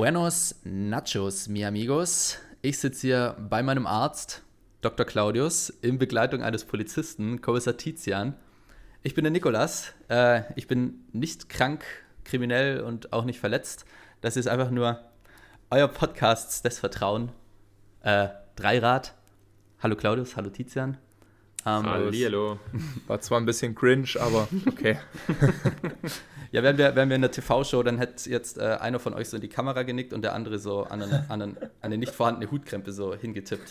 Buenos Nachos, mi amigos. Ich sitze hier bei meinem Arzt, Dr. Claudius, in Begleitung eines Polizisten, Kommissar Tizian. Ich bin der Nikolas. Ich bin nicht krank, kriminell und auch nicht verletzt. Das ist einfach nur euer Podcast des Vertrauens. Dreirad. Hallo Claudius, hallo Tizian. Hallihallo. War zwar ein bisschen cringe, aber okay. Ja, wären wir in der TV-Show, dann hätte jetzt einer von euch so in die Kamera genickt und der andere so an eine nicht vorhandene Hutkrempe so hingetippt.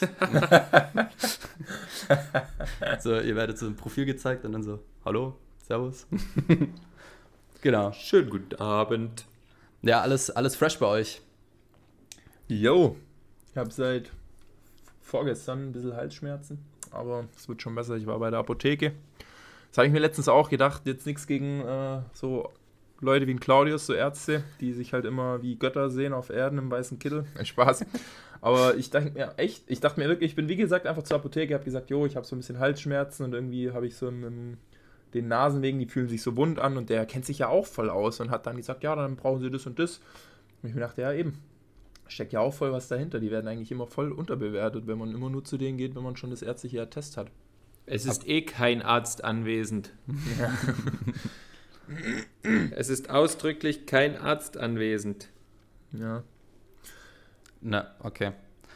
So, ihr werdet so ein Profil gezeigt und dann so, hallo, servus. Genau. Schönen guten Abend. Ja, alles fresh bei euch. Yo, ich habe seit vorgestern ein bisschen Halsschmerzen, aber es wird schon besser. Ich war bei der Apotheke. Das habe ich mir letztens auch gedacht, jetzt nichts gegen so Leute wie ein Claudius, so Ärzte, die sich halt immer wie Götter sehen auf Erden im weißen Kittel. Spaß. Aber ich dachte mir wirklich, ich bin wie gesagt einfach zur Apotheke, habe gesagt, jo, ich habe so ein bisschen Halsschmerzen und irgendwie habe ich so den Nasenwegen, die fühlen sich so wund an und der kennt sich ja auch voll aus und hat dann gesagt, ja, dann brauchen sie das und das. Und ich mir dachte, ja eben, steckt ja auch voll was dahinter. Die werden eigentlich immer voll unterbewertet, wenn man immer nur zu denen geht, wenn man schon das ärztliche Attest hat. Es ist kein Arzt anwesend. Ja. Es ist ausdrücklich kein Arzt anwesend. Ja. Na, okay.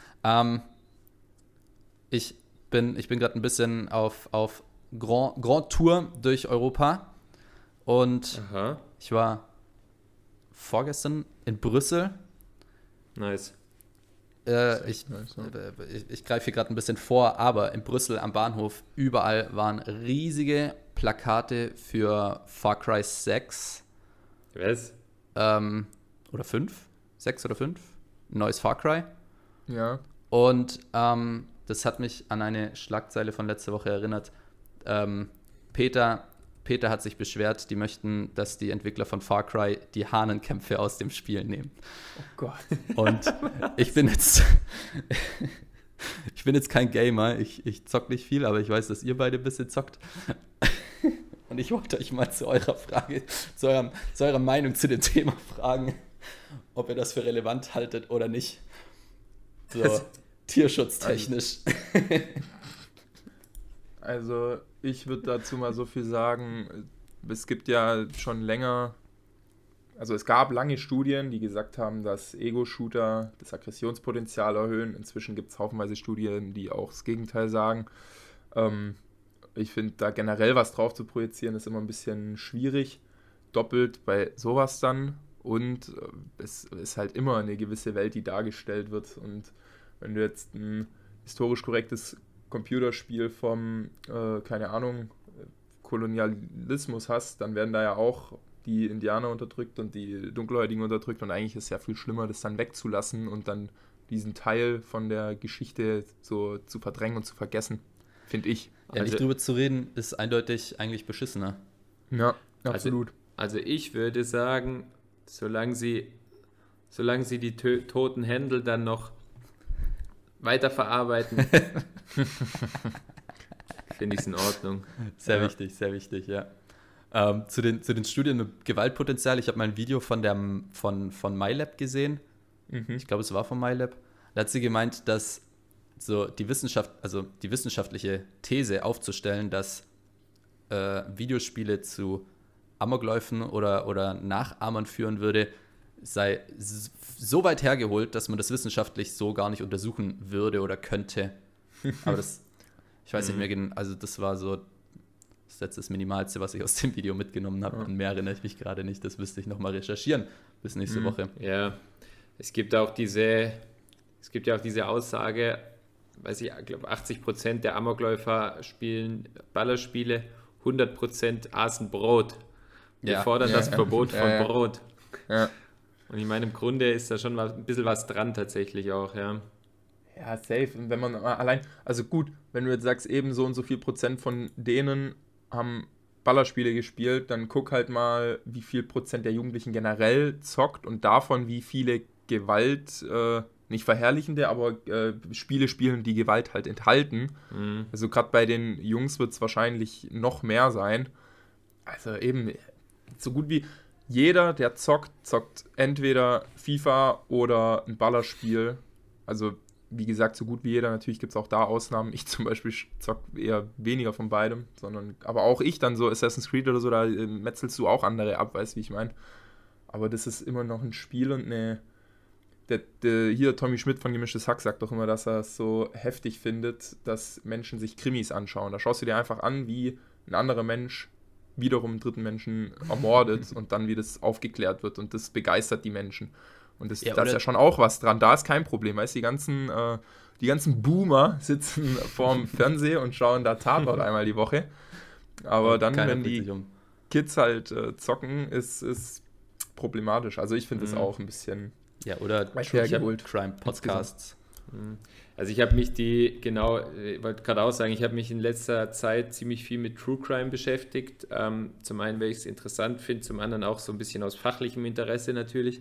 Ich bin gerade ein bisschen auf Grand Tour durch Europa und Aha, ich war vorgestern in Brüssel. nice. Ich greife hier gerade ein bisschen vor, aber in Brüssel am Bahnhof überall waren riesige Plakate für Far Cry 6. Was? Oder 5? 6 oder 5? Neues Far Cry. Ja. Und das hat mich an eine Schlagzeile von letzter Woche erinnert. Peter hat sich beschwert, die möchten, dass die Entwickler von Far Cry die Hahnenkämpfe aus dem Spiel nehmen. Oh Gott. Und ich bin jetzt kein Gamer, ich zock nicht viel, aber ich weiß, dass ihr beide ein bisschen zockt. Und ich wollte euch mal zu eurer Frage, zu eurer Meinung zu dem Thema fragen, ob ihr das für relevant haltet oder nicht. So, tierschutztechnisch. Also ich würde dazu mal so viel sagen, es gibt ja schon länger, also es gab lange Studien, die gesagt haben, dass Ego-Shooter das Aggressionspotenzial erhöhen. Inzwischen gibt es haufenweise Studien, die auch das Gegenteil sagen. Ich finde, da generell was drauf zu projizieren, ist immer ein bisschen schwierig. Doppelt bei sowas dann. Und es ist halt immer eine gewisse Welt, die dargestellt wird. Und wenn du jetzt ein historisch korrektes Computerspiel vom, keine Ahnung, Kolonialismus hast, dann werden da ja auch die Indianer unterdrückt und die Dunkelhäutigen unterdrückt und eigentlich ist es ja viel schlimmer, das dann wegzulassen und dann diesen Teil von der Geschichte so zu verdrängen und zu vergessen, finde ich. Ja, nicht drüber zu reden, ist eindeutig eigentlich beschissener. Ja, absolut. Also ich würde sagen, solange sie die toten Händel dann noch weiterverarbeiten, finde ich es in Ordnung. Sehr wichtig, ja. Zu den Studien mit Gewaltpotenzial, ich habe mal ein Video von MyLab gesehen. Ich glaube, es war von MyLab. Da hat sie gemeint, dass so die wissenschaftliche These aufzustellen, dass Videospiele zu Amokläufen oder Nachahmern führen würde, sei so weit hergeholt, dass man das wissenschaftlich so gar nicht untersuchen würde oder könnte. Aber ich weiß nicht mehr genau, also das war so das Minimalste, was ich aus dem Video mitgenommen habe. An mehr erinnere ich mich gerade nicht, das müsste ich nochmal recherchieren bis nächste Woche. Ja, es gibt ja auch diese Aussage, weiß ich glaube 80% der Amokläufer spielen Ballerspiele, 100% aßen Brot. Wir fordern das Verbot von Brot. Ja. Und ich meine, im Grunde ist da schon ein bisschen was dran tatsächlich auch, ja. Ja, safe. Und wenn man allein, also gut, wenn du jetzt sagst, eben so und so viel Prozent von denen haben Ballerspiele gespielt, dann guck halt mal, wie viel Prozent der Jugendlichen generell zockt und davon wie viele Gewalt, nicht verherrlichende, aber Spiele spielen, die Gewalt halt enthalten. Mhm. Also gerade bei den Jungs wird es wahrscheinlich noch mehr sein. Also eben, so gut wie jeder, der zockt entweder FIFA oder ein Ballerspiel. Also, wie gesagt, so gut wie jeder. Natürlich gibt es auch da Ausnahmen. Ich zum Beispiel zocke eher weniger von beidem, aber auch ich dann so Assassin's Creed oder so, da metzelst du auch andere ab, weißt du, wie ich meine. Aber das ist immer noch ein Spiel und hier Tommy Schmidt von Gemischtes Hack sagt doch immer, dass er es so heftig findet, dass Menschen sich Krimis anschauen. Da schaust du dir einfach an, wie ein anderer Mensch wiederum einen dritten Menschen ermordet und dann wie das aufgeklärt wird und das begeistert die Menschen. Und da ist ja schon auch was dran. Da ist kein Problem. Weißt du, die ganzen Boomer sitzen vorm Fernseher und schauen da Tatort einmal die Woche. Aber dann, wenn die Kids halt zocken, ist problematisch. Also ich finde das auch ein bisschen... Ja, oder Crime-Podcasts. Also ich habe mich ich wollte gerade auch sagen, ich habe mich in letzter Zeit ziemlich viel mit True Crime beschäftigt. Zum einen, weil ich es interessant finde, zum anderen auch so ein bisschen aus fachlichem Interesse natürlich.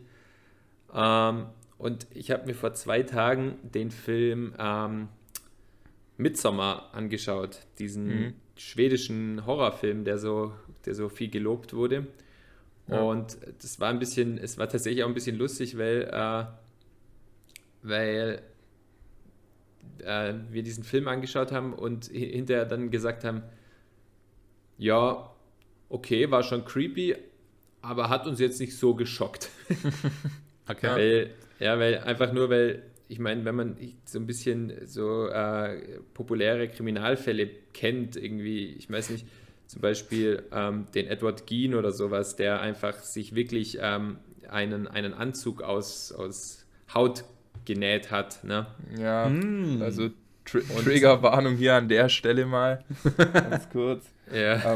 Und ich habe mir vor 2 Tagen den Film Midsommar angeschaut, diesen schwedischen Horrorfilm, der so viel gelobt wurde. Ja. Und es war tatsächlich auch ein bisschen lustig, weil wir diesen Film angeschaut haben und hinterher dann gesagt haben, ja, okay, war schon creepy, aber hat uns jetzt nicht so geschockt. Okay. Weil ich meine, wenn man so ein bisschen so populäre Kriminalfälle kennt, irgendwie, ich weiß nicht, zum Beispiel den Edward Gein oder sowas, der einfach sich wirklich einen Anzug aus Haut genäht hat. Ne? Ja, also Triggerwarnung hier an der Stelle mal, ganz kurz. Ja.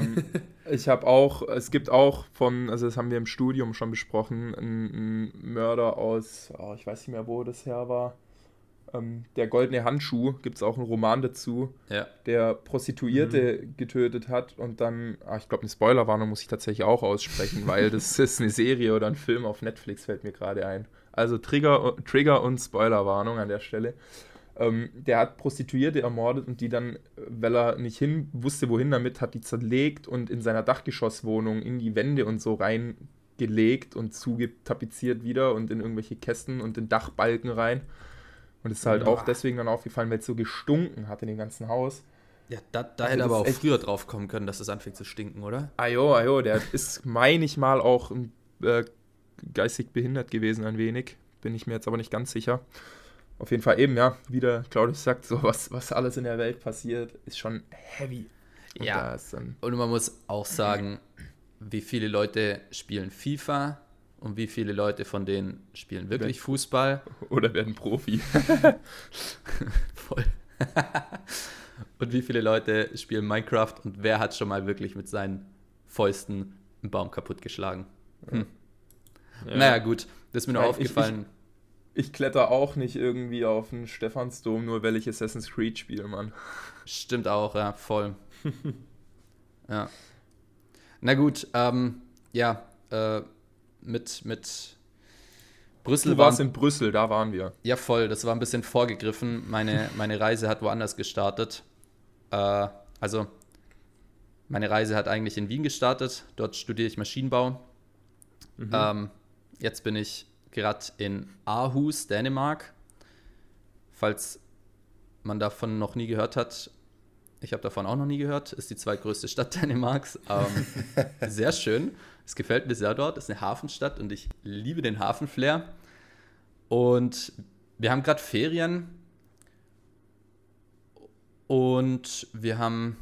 Es gibt auch das haben wir im Studium schon besprochen, einen Mörder aus, ich weiß nicht mehr, wo das her war, der goldene Handschuh, gibt es auch einen Roman dazu, der Prostituierte getötet hat und dann, ich glaube, eine Spoilerwarnung muss ich tatsächlich auch aussprechen, weil das ist eine Serie oder ein Film auf Netflix, fällt mir gerade ein. Also Trigger und Spoilerwarnung an der Stelle. Der hat Prostituierte ermordet und die dann, weil er nicht wusste, wohin damit, hat die zerlegt und in seiner Dachgeschosswohnung in die Wände und so reingelegt und zugetapeziert wieder und in irgendwelche Kästen und in Dachbalken rein. Und es ist halt auch deswegen dann aufgefallen, weil es so gestunken hat in dem ganzen Haus. Ja, da hätte aber auch früher drauf kommen können, dass es anfängt zu stinken, oder? Ajo, der ist, meine ich mal, auch geistig behindert gewesen ein wenig. Bin ich mir jetzt aber nicht ganz sicher. Auf jeden Fall eben, ja, wie der Claudius sagt, so was alles in der Welt passiert, ist schon heavy. Und man muss auch sagen, wie viele Leute spielen FIFA und wie viele Leute von denen spielen wirklich Fußball. Oder werden Profi. Voll. Und wie viele Leute spielen Minecraft und wer hat schon mal wirklich mit seinen Fäusten einen Baum kaputtgeschlagen? Ja. Naja, gut, das ist mir nur aufgefallen. Ich kletter auch nicht irgendwie auf den Stephansdom, nur weil ich Assassin's Creed spiele, Mann. Stimmt auch, ja, voll. Ja. Na gut, mit Brüssel. Du warst in Brüssel, da waren wir. Ja, voll, das war ein bisschen vorgegriffen. Meine Reise hat woanders gestartet. Also, meine Reise hat eigentlich in Wien gestartet. Dort studiere ich Maschinenbau. Jetzt bin ich gerade in Aarhus, Dänemark. Falls man davon noch nie gehört hat, ich habe davon auch noch nie gehört, ist die zweitgrößte Stadt Dänemarks. Sehr schön. Es gefällt mir sehr dort. Es ist eine Hafenstadt und ich liebe den Hafenflair. Und wir haben gerade Ferien und wir hatten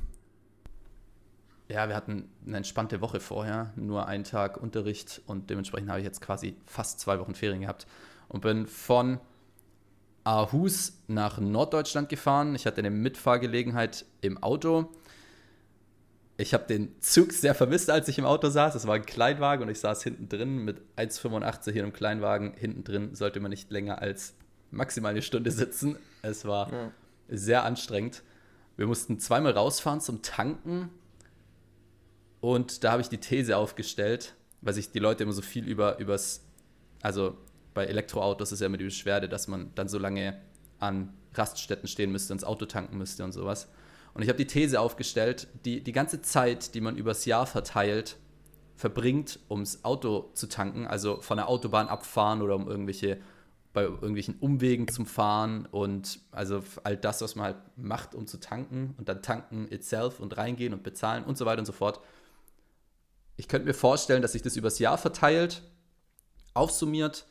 eine entspannte Woche vorher, nur einen Tag Unterricht und dementsprechend habe ich jetzt quasi fast 2 Wochen Ferien gehabt und bin von Aarhus nach Norddeutschland gefahren. Ich hatte eine Mitfahrgelegenheit im Auto. Ich habe den Zug sehr vermisst, als ich im Auto saß. Es war ein Kleinwagen und ich saß hinten drin mit 1,85 hier im Kleinwagen. Hinten drin sollte man nicht länger als maximal eine Stunde sitzen. Es war sehr anstrengend. Wir mussten 2-mal rausfahren zum Tanken. Und da habe ich die These aufgestellt, weil sich die Leute immer so viel also bei Elektroautos ist ja immer die Beschwerde, dass man dann so lange an Raststätten stehen müsste, ins Auto tanken müsste und sowas. Und ich habe die These aufgestellt, die ganze Zeit, die man übers Jahr verteilt verbringt, ums Auto zu tanken, also von der Autobahn abfahren oder bei irgendwelchen Umwegen zum Fahren und also all das, was man halt macht, um zu tanken und dann tanken itself und reingehen und bezahlen und so weiter und so fort. Ich könnte mir vorstellen, dass sich das übers Jahr verteilt, aufsummiert,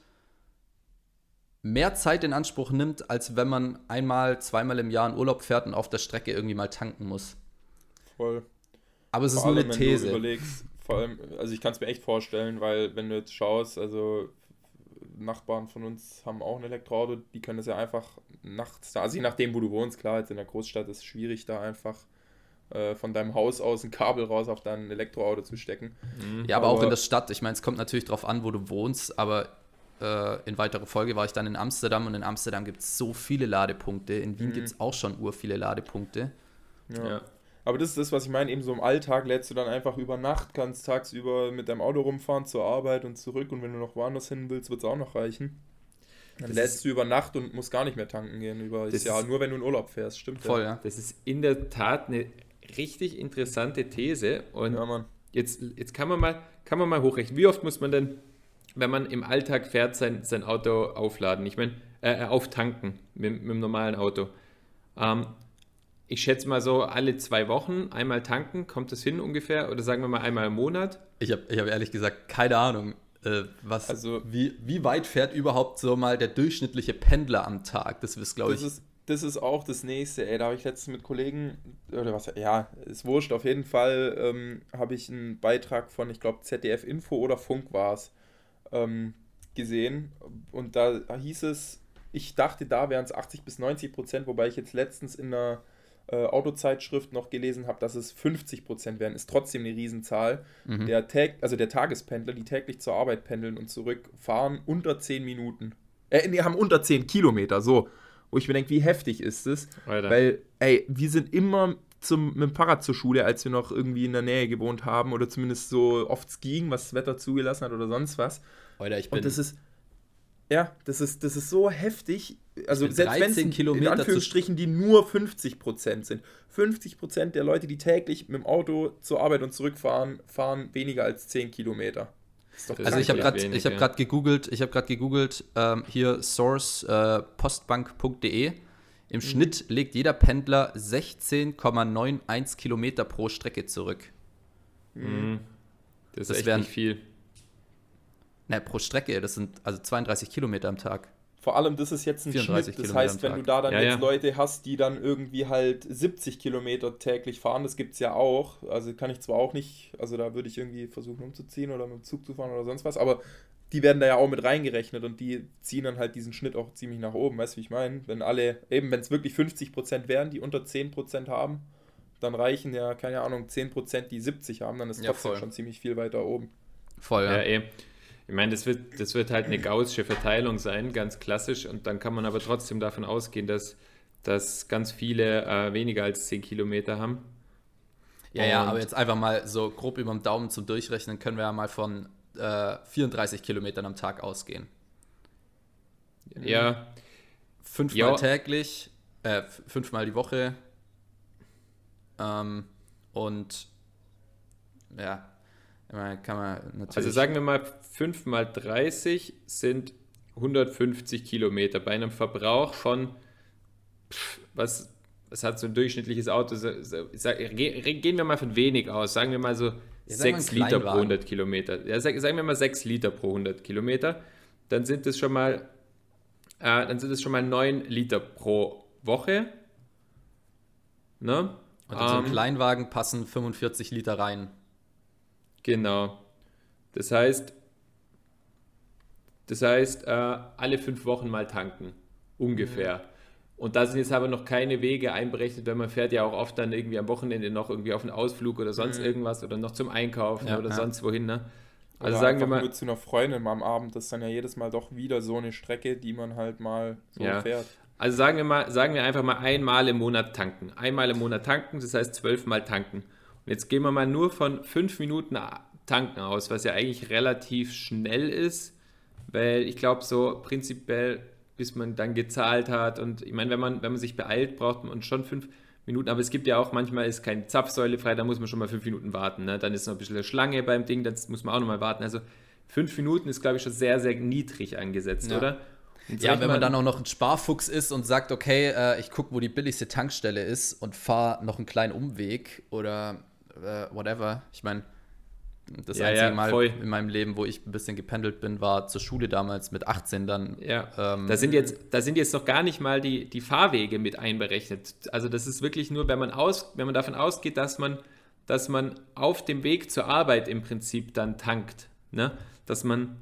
mehr Zeit in Anspruch nimmt, als wenn man einmal, zweimal im Jahr in Urlaub fährt und auf der Strecke irgendwie mal tanken muss. Voll. Aber es ist Vor nur allem, eine wenn du These. überlegst, vor allem, also ich kann es mir echt vorstellen, weil wenn du jetzt schaust, also Nachbarn von uns haben auch ein Elektroauto, die können das ja einfach nachts, also je nachdem, wo du wohnst, klar, jetzt in der Großstadt ist es schwierig, da einfach von deinem Haus aus ein Kabel raus auf dein Elektroauto zu stecken. Ja, aber auch in der Stadt. Ich meine, es kommt natürlich drauf an, wo du wohnst, aber in weiterer Folge war ich dann in Amsterdam und in Amsterdam gibt es so viele Ladepunkte. In Wien gibt es auch schon viele Ladepunkte. Ja. Aber das ist das, was ich meine, eben so im Alltag lädst du dann einfach über Nacht, kannst tagsüber mit deinem Auto rumfahren zur Arbeit und zurück und wenn du noch woanders hin willst, wird es auch noch reichen. Dann lädst du über Nacht und musst gar nicht mehr tanken gehen. Nur wenn du in Urlaub fährst, stimmt. Voll, ja. Das ist in der Tat eine richtig interessante These und ja, Mann. Jetzt kann man mal hochrechnen. Wie oft muss man denn, wenn man im Alltag fährt, sein Auto aufladen? Ich meine, auftanken mit dem normalen Auto. Ich schätze mal so alle 2 Wochen einmal tanken, kommt das hin ungefähr? Oder sagen wir mal einmal im Monat? Ich hab ehrlich gesagt keine Ahnung, wie weit fährt überhaupt so mal der durchschnittliche Pendler am Tag? Das ist, glaube ich... Das ist auch das Nächste, ey. Da habe ich letztens mit Kollegen, oder was, ja, ist wurscht, auf jeden Fall habe ich einen Beitrag von, ich glaube, ZDF Info oder Funk war es, gesehen. Und da hieß es, ich dachte, da wären es 80-90%, wobei ich jetzt letztens in einer Autozeitschrift noch gelesen habe, dass es 50% wären. Ist trotzdem eine Riesenzahl. Der Tagespendler, die täglich zur Arbeit pendeln und zurück, fahren unter 10 Minuten. Haben unter 10 Kilometer, so. Wo ich mir denke, wie heftig ist das? Alter. Weil, wir sind immer mit dem Fahrrad zur Schule, als wir noch irgendwie in der Nähe gewohnt haben oder zumindest so oft skiing, was das Wetter zugelassen hat oder sonst was. Alter, und das ist so heftig. Also selbst wenn es in Anführungsstrichen die nur 50% sind. 50% der Leute, die täglich mit dem Auto zur Arbeit und zurückfahren, fahren weniger als 10 Kilometer. Also ich habe gerade gegoogelt, hier Source postbank.de. Im Schnitt legt jeder Pendler 16,91 Kilometer pro Strecke zurück. Das ist echt nicht viel. Pro Strecke, das sind also 32 Kilometer am Tag. Vor allem, das ist jetzt ein Schnitt, das heißt, wenn du da dann jetzt Leute hast, die dann irgendwie halt 70 Kilometer täglich fahren, das gibt es ja auch, also kann ich zwar auch nicht, also da würde ich irgendwie versuchen umzuziehen oder mit dem Zug zu fahren oder sonst was, aber die werden da ja auch mit reingerechnet und die ziehen dann halt diesen Schnitt auch ziemlich nach oben, weißt du, wie ich meine? Wenn es wirklich 50% wären, die unter 10% haben, dann reichen ja, keine Ahnung, 10%, die 70 haben, dann ist trotzdem schon ziemlich viel weiter oben. Voll, ja. Ich meine, das wird halt eine gaußsche Verteilung sein, ganz klassisch. Und dann kann man aber trotzdem davon ausgehen, dass ganz viele weniger als 10 Kilometer haben. Ja, aber jetzt einfach mal so grob über den Daumen zum Durchrechnen können wir ja mal von 34 Kilometern am Tag ausgehen. Ja. 5-mal täglich, 5-mal die Woche. Und ja, kann man natürlich... Also sagen wir mal, 5 mal 30 sind 150 Kilometer bei einem Verbrauch von, was hat so ein durchschnittliches Auto? Gehen wir mal von wenig aus, sagen wir mal so 6 Liter pro 100 Kilometer. Ja, sagen wir mal 6 Liter pro 100 Kilometer, dann sind es schon mal 9 Liter pro Woche. Ne? Und in so einen Kleinwagen passen 45 Liter rein. Genau. Das heißt, alle 5 Wochen mal tanken. Ungefähr. Und da sind jetzt aber noch keine Wege einberechnet, weil man fährt ja auch oft dann irgendwie am Wochenende noch irgendwie auf einen Ausflug oder sonst irgendwas oder noch zum Einkaufen oder sonst wohin. Ne? Also sagen wir mal nur zu einer Freundin mal am Abend, das ist dann ja jedes Mal doch wieder so eine Strecke, die man halt mal so fährt. Also sagen wir einfach mal einmal im Monat tanken. Einmal im Monat tanken, das heißt 12 Mal tanken. Und jetzt gehen wir mal nur von 5 Minuten tanken aus, was ja eigentlich relativ schnell ist, weil ich glaube so prinzipiell, bis man dann gezahlt hat und ich meine, wenn man sich beeilt, braucht man schon 5 Minuten, aber es gibt ja auch manchmal ist keine Zapfsäule frei, da muss man schon mal 5 Minuten warten. Ne? Dann ist noch ein bisschen eine Schlange beim Ding, dann muss man auch noch mal warten. Also 5 Minuten ist, glaube ich, schon sehr, sehr niedrig angesetzt, oder? Ja, wenn man dann auch noch ein Sparfuchs ist und sagt, okay, ich gucke, wo die billigste Tankstelle ist und fahre noch einen kleinen Umweg oder whatever. Ich meine, das einzige Mal in meinem Leben, wo ich ein bisschen gependelt bin, war zur Schule damals mit 18 dann. Ja, da sind jetzt noch gar nicht mal die Fahrwege mit einberechnet. Also das ist wirklich nur, wenn man davon ausgeht, dass man auf dem Weg zur Arbeit im Prinzip dann tankt. Ne? Dass man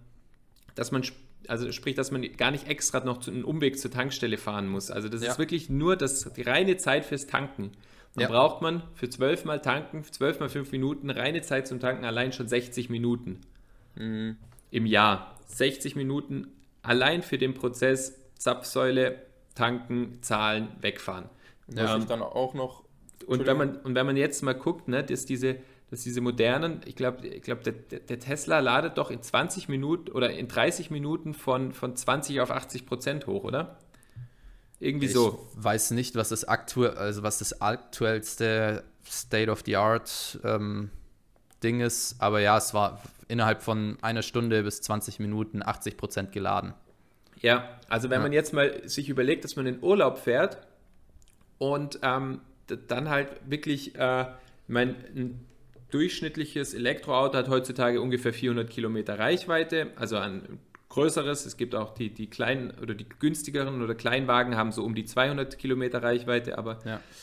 gar nicht extra noch einen Umweg zur Tankstelle fahren muss. Also das ist wirklich nur die reine Zeit fürs Tanken. Dann braucht man für 12 mal tanken, 12 mal 5 Minuten, reine Zeit zum Tanken allein schon 60 Minuten im Jahr. 60 Minuten allein für den Prozess Zapfsäule, tanken, zahlen, wegfahren. Was ich dann auch noch... Und wenn man jetzt mal guckt, ne, dass diese modernen, ich glaube, der Tesla ladet doch in 20 Minuten oder in 30 Minuten von 20 auf 80% hoch, oder? Irgendwie so. Ich weiß nicht, was das aktuellste State-of-the-Art Ding ist, aber ja, es war innerhalb von einer Stunde bis 20 Minuten 80% geladen. Ja, also wenn man jetzt mal sich überlegt, dass man in Urlaub fährt und dann halt wirklich, ein durchschnittliches Elektroauto hat heutzutage ungefähr 400 Kilometer Reichweite, also ein größeres. Es gibt auch die kleinen oder die günstigeren oder Kleinwagen haben so um die 200 Kilometer Reichweite, aber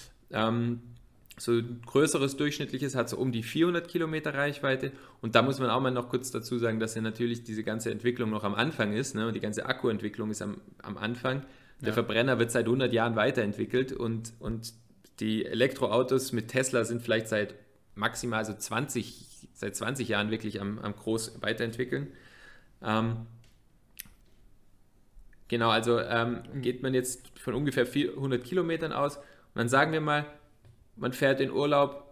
so ein größeres durchschnittliches hat so um die 400 Kilometer Reichweite. Und da muss man auch mal noch kurz dazu sagen, dass ja natürlich diese ganze Entwicklung noch am Anfang ist, ne? Und die ganze Akkuentwicklung ist am Anfang. Der Verbrenner wird seit 100 Jahren weiterentwickelt und die Elektroautos mit Tesla sind vielleicht seit maximal so 20 Jahren wirklich am groß weiterentwickeln. Genau, also geht man jetzt von ungefähr 400 Kilometern aus und dann sagen wir mal, man fährt in Urlaub,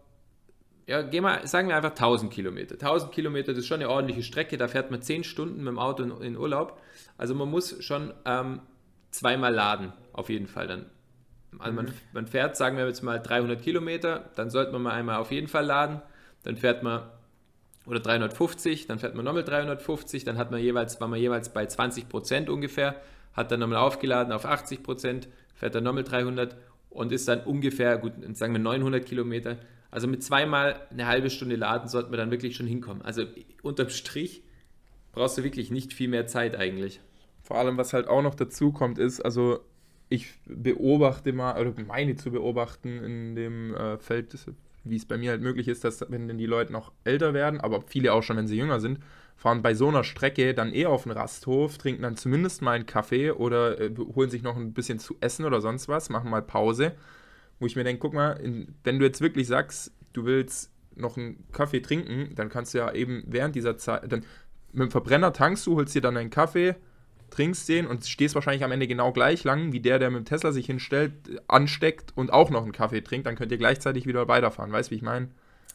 sagen wir einfach 1000 Kilometer. 1000 Kilometer, das ist schon eine ordentliche Strecke, da fährt man 10 Stunden mit dem Auto in Urlaub. Also man muss schon zweimal laden, auf jeden Fall dann. Also man fährt, sagen wir jetzt mal 300 Kilometer, dann sollte man mal einmal auf jeden Fall laden, dann fährt man, oder 350, dann fährt man nochmal 350, dann war man jeweils bei 20% ungefähr, hat dann nochmal aufgeladen auf 80%, fährt dann nochmal 300 und ist dann ungefähr, gut, sagen wir 900 Kilometer. Also mit zweimal eine halbe Stunde laden sollte man dann wirklich schon hinkommen. Also unterm Strich brauchst du wirklich nicht viel mehr Zeit eigentlich. Vor allem, was halt auch noch dazu kommt, ist, also ich beobachte mal, oder meine zu beobachten in dem Feld, wie es bei mir halt möglich ist, dass wenn denn die Leute noch älter werden, aber viele auch schon, wenn sie jünger sind, fahren bei so einer Strecke dann eher auf den Rasthof, trinken dann zumindest mal einen Kaffee oder holen sich noch ein bisschen zu essen oder sonst was, machen mal Pause, wo ich mir denke, guck mal, wenn du jetzt wirklich sagst, du willst noch einen Kaffee trinken, dann kannst du ja eben während dieser Zeit, dann mit dem Verbrenner tankst du, holst dir dann einen Kaffee, trinkst den und stehst wahrscheinlich am Ende genau gleich lang, wie der mit dem Tesla sich hinstellt, ansteckt und auch noch einen Kaffee trinkt, dann könnt ihr gleichzeitig wieder weiterfahren. Weißt du, wie ich meine?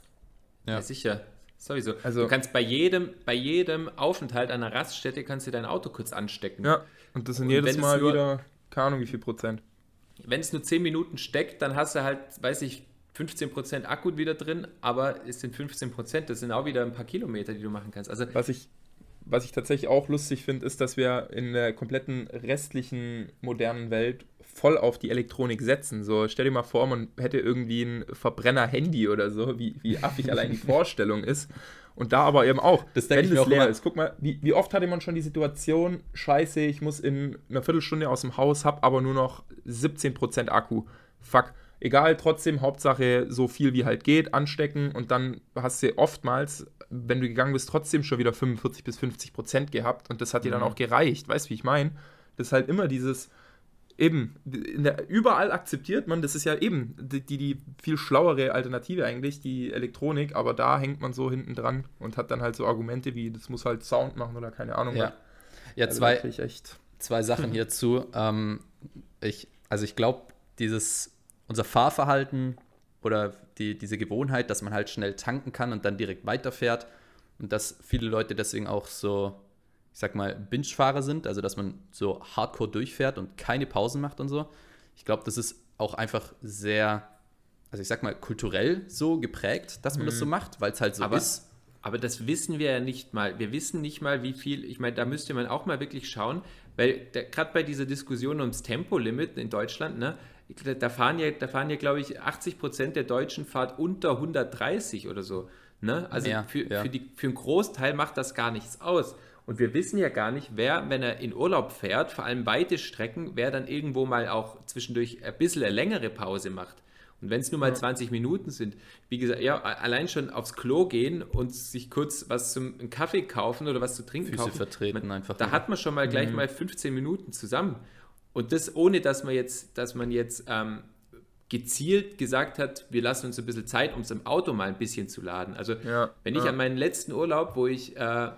Ja, sicher. Sowieso. Also, du kannst bei jedem Aufenthalt an einer Raststätte kannst du dein Auto kurz anstecken. Ja, und das sind jedes Mal wieder, keine Ahnung wie viel Prozent. Wenn es nur 10 Minuten steckt, dann hast du halt, weiß ich, 15% Akku wieder drin, aber es sind 15%, das sind auch wieder ein paar Kilometer, die du machen kannst. Also Was ich tatsächlich auch lustig finde, ist, dass wir in der kompletten restlichen modernen Welt voll auf die Elektronik setzen. So, stell dir mal vor, man hätte irgendwie ein Verbrenner-Handy oder so, wie affig allein die Vorstellung ist. Und da aber eben auch, wenn es leer ist. Guck mal, wie oft hatte man schon die Situation, scheiße, ich muss in einer Viertelstunde aus dem Haus, hab aber nur noch 17% Akku. Fuck. Egal, trotzdem, Hauptsache so viel wie halt geht, anstecken und dann hast du oftmals, wenn du gegangen bist, trotzdem schon wieder 45 bis 50% gehabt und das hat dir dann auch gereicht, weißt du, wie ich meine? Das ist halt immer dieses, eben, überall akzeptiert man, das ist ja eben die viel schlauere Alternative eigentlich, die Elektronik, aber da hängt man so hinten dran und hat dann halt so Argumente wie, das muss halt Sound machen oder keine Ahnung. Ja, also zwei Sachen hierzu. Ich glaube, unser Fahrverhalten oder diese Gewohnheit, dass man halt schnell tanken kann und dann direkt weiterfährt und dass viele Leute deswegen auch so, ich sag mal, Binge-Fahrer sind, also dass man so hardcore durchfährt und keine Pausen macht und so. Ich glaube, das ist auch einfach sehr also ich sag mal, kulturell so geprägt, dass man das so macht, weil es halt so ist. Aber das wissen wir ja nicht mal. Wir wissen nicht mal, wie viel, ich meine, da müsste man auch mal wirklich schauen, weil gerade bei dieser Diskussion ums Tempolimit in Deutschland, ne, da fahren ja, glaube ich, 80% der Deutschen Fahrt unter 130 oder so. Ne? Also für einen Großteil macht das gar nichts aus. Und wir wissen ja gar nicht, wer, wenn er in Urlaub fährt, vor allem weite Strecken, wer dann irgendwo mal auch zwischendurch ein bisschen eine längere Pause macht. Und wenn es nur mal 20 Minuten sind, wie gesagt, ja, allein schon aufs Klo gehen und sich kurz einen Kaffee kaufen oder was zu trinken Füße kaufen, vertreten einfach. Da hat man schon mal gleich mal 15 Minuten zusammen. Und das ohne, dass man jetzt gezielt gesagt hat, wir lassen uns ein bisschen Zeit, um es im Auto mal ein bisschen zu laden. Also wenn ich an meinen letzten Urlaub, wo ich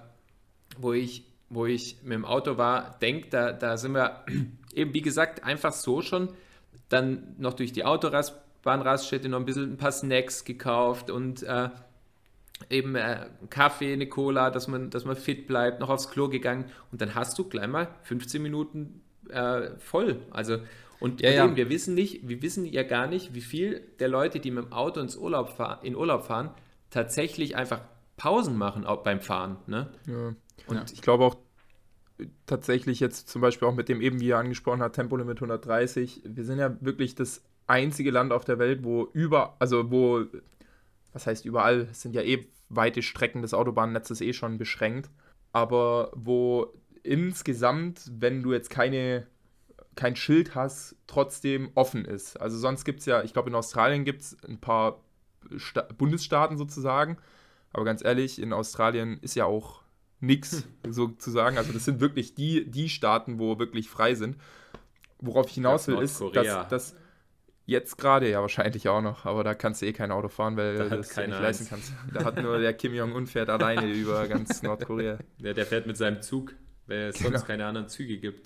mit dem Auto war, denke, da sind wir eben, wie gesagt, einfach so schon dann noch durch die Autobahnraststätte noch ein paar Snacks gekauft und eben einen Kaffee, eine Cola, dass man fit bleibt, noch aufs Klo gegangen und dann hast du gleich mal 15 Minuten voll. Also eben, wir wissen ja gar nicht, wie viel der Leute, die mit dem Auto in Urlaub fahren, tatsächlich einfach Pausen machen auch beim Fahren. Ne? Ja. Und ich glaube auch tatsächlich jetzt zum Beispiel auch mit dem eben, wie er angesprochen hat, Tempolimit 130, wir sind ja wirklich das einzige Land auf der Welt, was heißt überall, es sind ja weite Strecken des Autobahnnetzes schon beschränkt, aber wo insgesamt, wenn du jetzt kein Schild hast, trotzdem offen ist. Also sonst gibt es ja, ich glaube in Australien gibt es ein paar Bundesstaaten sozusagen, aber ganz ehrlich, in Australien ist ja auch nichts sozusagen, also das sind wirklich die Staaten, wo wirklich frei sind. Worauf ich hinaus will, ist, dass jetzt gerade, ja wahrscheinlich auch noch, aber da kannst du kein Auto fahren, weil du das nicht leisten kannst. Da hat nur der Kim Jong-un fährt alleine über ganz Nordkorea. Der fährt mit seinem Zug, weil es sonst keine anderen Züge gibt.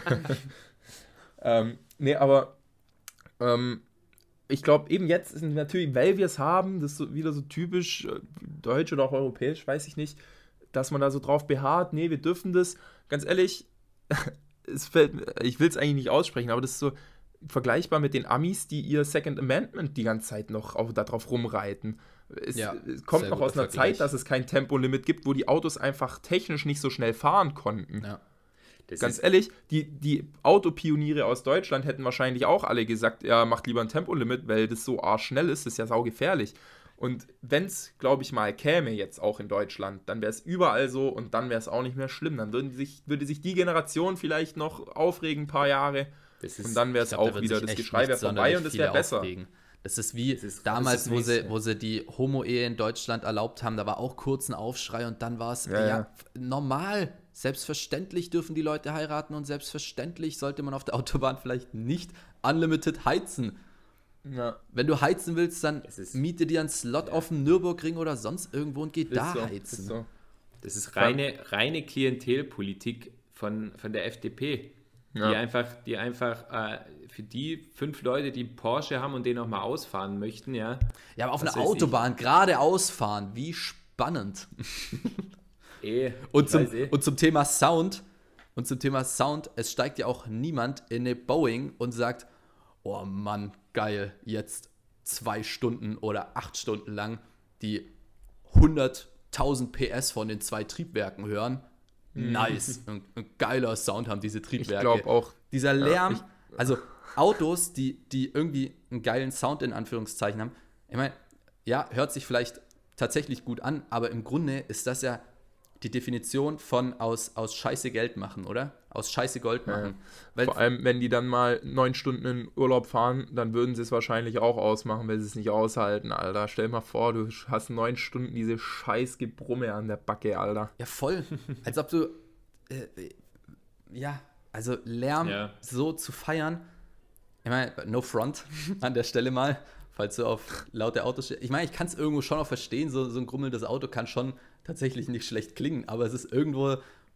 Ich glaube, eben jetzt ist natürlich, weil wir es haben, das ist so, wieder so typisch deutsch oder auch europäisch, weiß ich nicht, dass man da so drauf beharrt, nee, wir dürfen das. Ganz ehrlich, ich will es eigentlich nicht aussprechen, aber das ist so vergleichbar mit den Amis, die ihr Second Amendment die ganze Zeit noch darauf rumreiten. Es kommt noch aus einer Zeit, dass es kein Tempolimit gibt, wo die Autos einfach technisch nicht so schnell fahren konnten. Ja. Ganz ehrlich, die Autopioniere aus Deutschland hätten wahrscheinlich auch alle gesagt, ja, macht lieber ein Tempolimit, weil das so arschschnell ist, das ist ja saugefährlich. Und wenn es, glaube ich mal, käme jetzt auch in Deutschland, dann wäre es überall so und dann wäre es auch nicht mehr schlimm. Dann würde sich die Generation vielleicht noch aufregen, ein paar Jahre, und dann wäre es auch wieder, das Geschrei wäre vorbei und es wäre besser. Das ist wie damals, wo sie die Homo-Ehe in Deutschland erlaubt haben, da war auch kurz ein Aufschrei und dann war es normal. Selbstverständlich dürfen die Leute heiraten und selbstverständlich sollte man auf der Autobahn vielleicht nicht unlimited heizen. Ja. Wenn du heizen willst, dann miete dir einen Slot auf dem Nürburgring oder sonst irgendwo und geh da heizen. Das ist reine Klientelpolitik von der FDP. Die einfach für die 5 Leute, die Porsche haben und den auch mal ausfahren möchten, ja. Ja, aber auf einer Autobahn geradeaus fahren, wie spannend. Und zum Thema Sound, es steigt ja auch niemand in eine Boeing und sagt, oh Mann, geil, jetzt 2 Stunden oder 8 Stunden lang die 100.000 PS von den 2 Triebwerken hören. Nice. Ein geiler Sound haben diese Triebwerke. Ich glaube auch. Dieser Lärm, also Autos, die irgendwie einen geilen Sound in Anführungszeichen haben. Ich meine, ja, hört sich vielleicht tatsächlich gut an, aber im Grunde ist das ja die Definition von aus Scheiße Geld machen, oder? Aus Scheiße Gold machen. Ja. Vor allem, wenn die dann mal 9 Stunden in Urlaub fahren, dann würden sie es wahrscheinlich auch ausmachen, weil sie es nicht aushalten, Alter. Stell dir mal vor, du hast 9 Stunden diese scheiß Gebrumme an der Backe, Alter. Ja, voll. Als ob du, also Lärm so zu feiern. Ich meine, no front an der Stelle mal, falls du auf laute Autos stehst. Ich meine, ich kann es irgendwo schon auch verstehen, so ein grummelndes Auto kann schon tatsächlich nicht schlecht klingen, aber es ist irgendwo,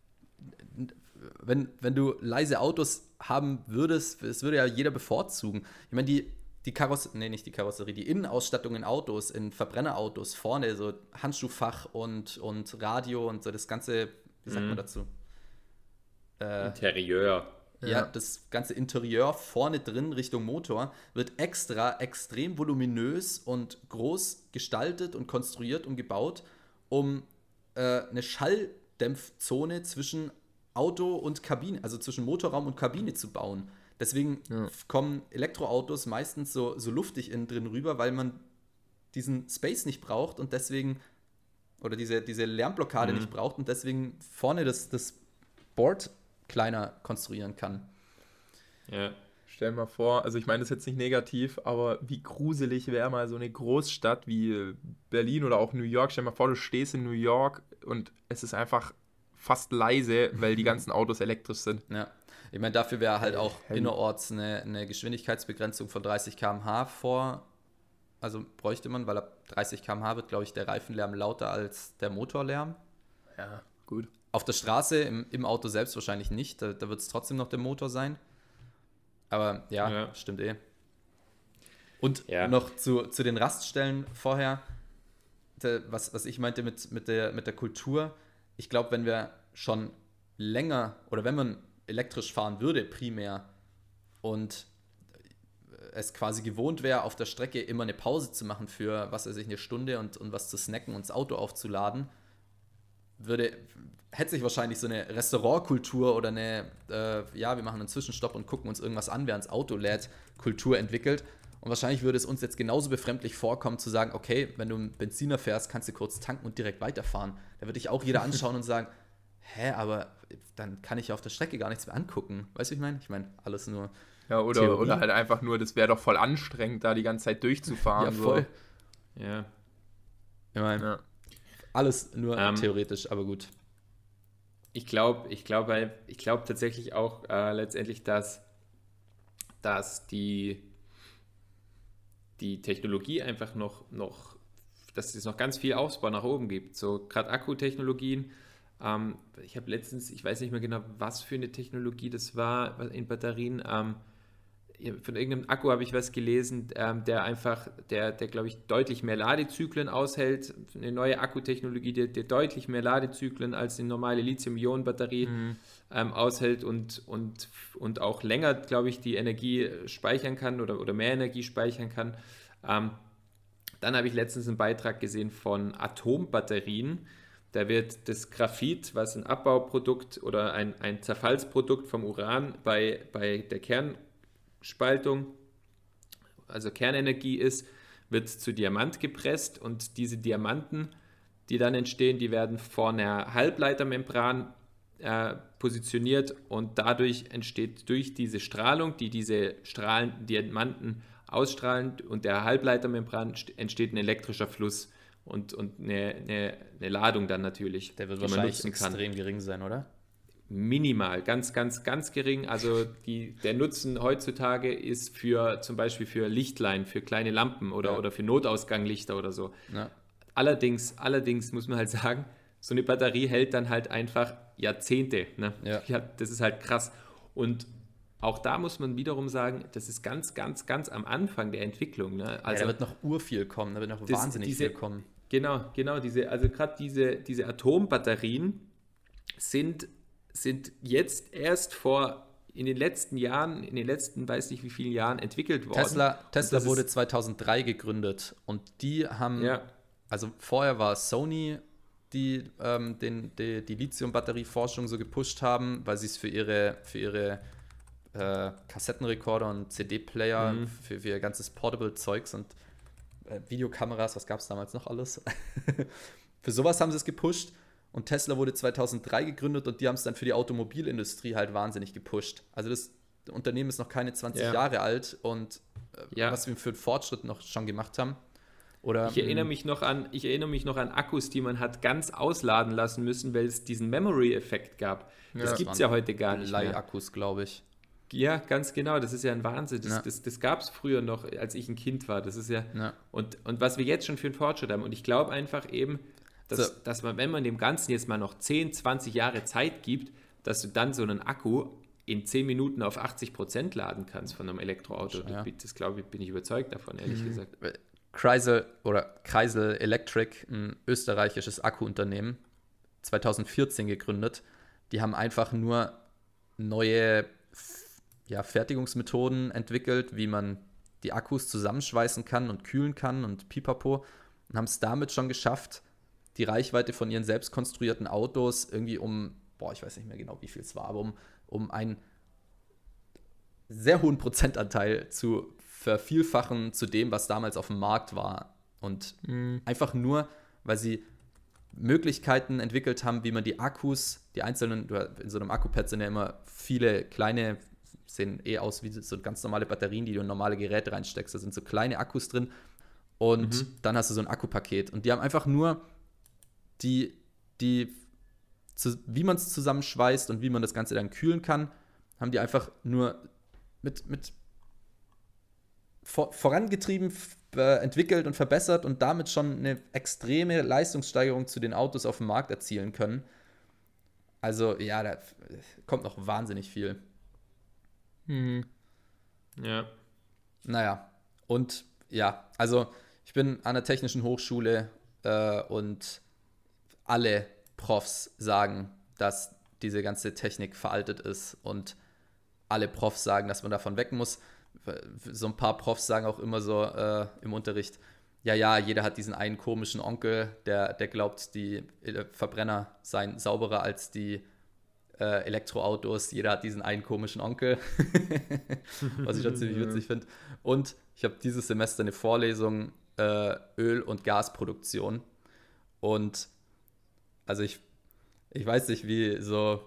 wenn du leise Autos haben würdest, es würde ja jeder bevorzugen. Ich meine, die Innenausstattung in Autos, in Verbrennerautos, vorne so Handschuhfach und Radio und so das ganze, wie sagt man dazu? Interieur. das ganze Interieur vorne drin Richtung Motor wird extra extrem voluminös und groß gestaltet und konstruiert und gebaut, um eine Schalldämpfzone zwischen Auto und Kabine, also zwischen Motorraum und Kabine zu bauen. Deswegen kommen Elektroautos meistens so luftig innen drin rüber, weil man diesen Space nicht braucht und deswegen, oder diese Lärmblockade nicht braucht und deswegen vorne das Board kleiner konstruieren kann. Ja. Stell dir mal vor, also ich meine das ist jetzt nicht negativ, aber wie gruselig wäre mal so eine Großstadt wie Berlin oder auch New York. Stell dir mal vor, du stehst in New York und es ist einfach fast leise, weil die ganzen Autos elektrisch sind. Ja, ich meine, dafür wäre halt auch innerorts eine Geschwindigkeitsbegrenzung von 30 km/h also bräuchte man, weil ab 30 km/h wird, glaube ich, der Reifenlärm lauter als der Motorlärm. Ja, gut. Auf der Straße, im Auto selbst wahrscheinlich nicht, da wird es trotzdem noch der Motor sein. Aber ja. Stimmt eh. Und noch zu den Raststellen vorher, was ich meinte mit der Kultur, ich glaube, wenn wir schon länger oder wenn man elektrisch fahren würde primär und es quasi gewohnt wäre, auf der Strecke immer eine Pause zu machen für, was weiß ich, eine Stunde und was zu snacken und das Auto aufzuladen, hätte sich wahrscheinlich so eine Restaurantkultur oder eine, wir machen einen Zwischenstopp und gucken uns irgendwas an, während das Auto lädt, Kultur entwickelt. Und wahrscheinlich würde es uns jetzt genauso befremdlich vorkommen, zu sagen, okay, wenn du einen Benziner fährst, kannst du kurz tanken und direkt weiterfahren. Da würde ich auch jeder anschauen und sagen, aber dann kann ich auf der Strecke gar nichts mehr angucken. Weißt du, wie ich meine? Ich meine, alles nur ja, oder halt einfach nur, das wäre doch voll anstrengend, da die ganze Zeit durchzufahren. Ja, voll. So. Ja. Ich meine, alles nur theoretisch, aber gut. Ich glaube tatsächlich auch letztendlich, dass die Technologie einfach noch, dass es noch ganz viel Ausbau nach oben gibt. So gerade Akkutechnologien. Ich habe letztens, ich weiß nicht mehr genau, was für eine Technologie das war in Batterien. Von irgendeinem Akku habe ich was gelesen, der glaube ich, deutlich mehr Ladezyklen aushält. Eine neue Akkutechnologie, der deutlich mehr Ladezyklen als eine normale Lithium-Ionen-Batterie aushält und auch länger, glaube ich, die Energie speichern kann oder mehr Energie speichern kann. Dann habe ich letztens einen Beitrag gesehen von Atombatterien. Da wird das Graphit, was ein Abbauprodukt oder ein Zerfallsprodukt vom Uran bei der Kernspaltung, also Kernenergie ist, wird zu Diamant gepresst und diese Diamanten, die dann entstehen, die werden vor einer Halbleitermembran positioniert und dadurch entsteht durch diese Strahlung, die diese Diamanten ausstrahlen und der Halbleitermembran entsteht ein elektrischer Fluss. Und eine Ladung dann natürlich, der wird wahrscheinlich extrem gering sein, oder? Minimal, ganz, ganz, ganz gering. Also der Nutzen heutzutage ist zum Beispiel für Lichtlein, für kleine Lampen oder für Notausganglichter oder so. Ja. Allerdings muss man halt sagen, so eine Batterie hält dann halt einfach Jahrzehnte. Ne? Ja, das ist halt krass. Und auch da muss man wiederum sagen, das ist ganz, ganz, ganz am Anfang der Entwicklung. Ne? Also, da wird noch urviel kommen, da wird noch wahnsinnig viel kommen. Genau, also gerade diese Atombatterien sind jetzt erst in den letzten Jahren, weiß nicht wie vielen Jahren entwickelt worden. Tesla wurde 2003 gegründet und die haben, also vorher war Sony, die die Lithium-Batterie-Forschung so gepusht haben, weil sie es für ihre Kassettenrekorder und CD-Player, für ihr ganzes Portable-Zeugs und Videokameras, was gab es damals noch alles? Für sowas haben sie es gepusht und Tesla wurde 2003 gegründet und die haben es dann für die Automobilindustrie halt wahnsinnig gepusht. Also das Unternehmen ist noch keine 20 Jahre alt und was wir für einen Fortschritt noch schon gemacht haben. Oder, ich erinnere mich noch an Akkus, die man hat ganz ausladen lassen müssen, weil es diesen Memory-Effekt gab. Das gibt es ja heute gar nicht mehr. Leihakkus, glaube ich. Ja, ganz genau. Das ist ja ein Wahnsinn. Das gab es früher noch, als ich ein Kind war. Das ist und was wir jetzt schon für einen Fortschritt haben. Und ich glaube einfach eben, dass man, wenn man dem Ganzen jetzt mal noch 10, 20 Jahre Zeit gibt, dass du dann so einen Akku in 10 Minuten auf 80% laden kannst von einem Elektroauto. Das glaube ich, bin ich überzeugt davon, ehrlich gesagt. Kreisel Electric, ein österreichisches Akkuunternehmen, 2014 gegründet. Die haben einfach nur neue Fertigungsmethoden entwickelt, wie man die Akkus zusammenschweißen kann und kühlen kann und pipapo, und haben es damit schon geschafft, die Reichweite von ihren selbst konstruierten Autos irgendwie ich weiß nicht mehr genau, wie viel es war, aber um einen sehr hohen Prozentanteil zu vervielfachen zu dem, was damals auf dem Markt war. Und einfach nur, weil sie Möglichkeiten entwickelt haben, wie man die Akkus, die einzelnen, in so einem Akkupad sind ja immer viele kleine, sehen aus wie so ganz normale Batterien, die du in normale Geräte reinsteckst. Da sind so kleine Akkus drin und dann hast du so ein Akkupaket. Und die haben einfach nur wie man es zusammenschweißt und wie man das Ganze dann kühlen kann, haben die einfach nur mit vorangetrieben, entwickelt und verbessert und damit schon eine extreme Leistungssteigerung zu den Autos auf dem Markt erzielen können. Also ja, da kommt noch wahnsinnig viel. Ja. Naja, und ja, also ich bin an der Technischen Hochschule und alle Profs sagen, dass diese ganze Technik veraltet ist und alle Profs sagen, dass man davon weg muss. So ein paar Profs sagen auch immer so im Unterricht, ja, jeder hat diesen einen komischen Onkel, der glaubt, die Verbrenner seien sauberer als die Elektroautos. Jeder hat diesen einen komischen Onkel, was ich schon ziemlich witzig finde. Und ich habe dieses Semester eine Vorlesung Öl- und Gasproduktion. Und also ich weiß nicht, wie so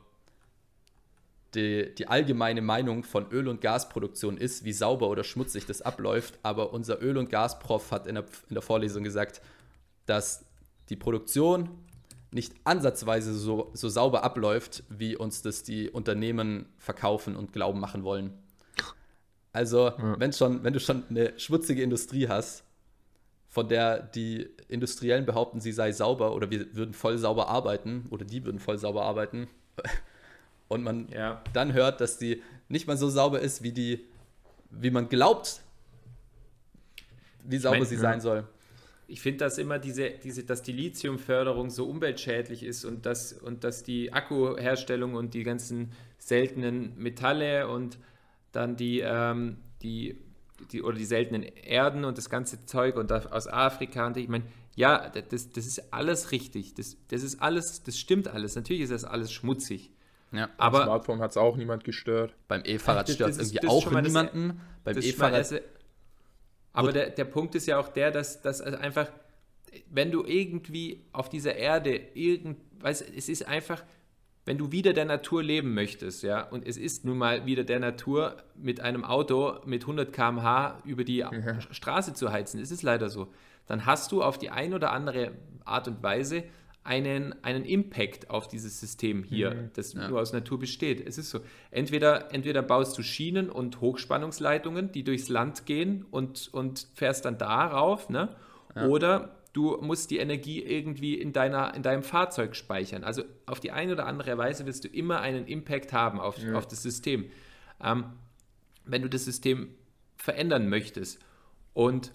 die allgemeine Meinung von Öl- und Gasproduktion ist, wie sauber oder schmutzig das abläuft, aber unser Öl- und Gasprof hat in der Vorlesung gesagt, dass die Produktion nicht ansatzweise so sauber abläuft, wie uns das die Unternehmen verkaufen und glauben machen wollen. Also, wenn du schon eine schmutzige Industrie hast, von der die Industriellen behaupten, sie sei sauber oder wir würden voll sauber arbeiten oder die würden voll sauber arbeiten, und man dann hört, dass die nicht mal so sauber ist, wie man glaubt, wie sauber sie sein soll. Ich finde, dass immer dass die Lithiumförderung so umweltschädlich ist und dass die Akkuherstellung und die ganzen seltenen Metalle und dann die seltenen Erden und das ganze Zeug und aus Afrika, und ich meine, ja, das ist alles richtig. Das ist alles, das stimmt alles. Natürlich ist das alles schmutzig. Ja, aber beim Smartphone hat es auch niemand gestört. Beim E-Fahrrad stört es irgendwie auch niemanden. Beim E-Fahrrad. Aber der Punkt ist ja auch der, dass einfach, wenn du irgendwie auf dieser Erde es ist einfach, wenn du wieder der Natur leben möchtest, ja, und es ist nun mal wieder der Natur mit einem Auto mit 100 km/h über die Straße zu heizen, es ist leider so, dann hast du auf die eine oder andere Art und Weise einen Impact auf dieses System hier, das nur aus Natur besteht. Es ist so, entweder baust du Schienen und Hochspannungsleitungen, die durchs Land gehen und fährst dann darauf, ne? Ja. Oder du musst die Energie irgendwie in deinem Fahrzeug speichern. Also auf die eine oder andere Weise wirst du immer einen Impact haben auf das System. Wenn du das System verändern möchtest und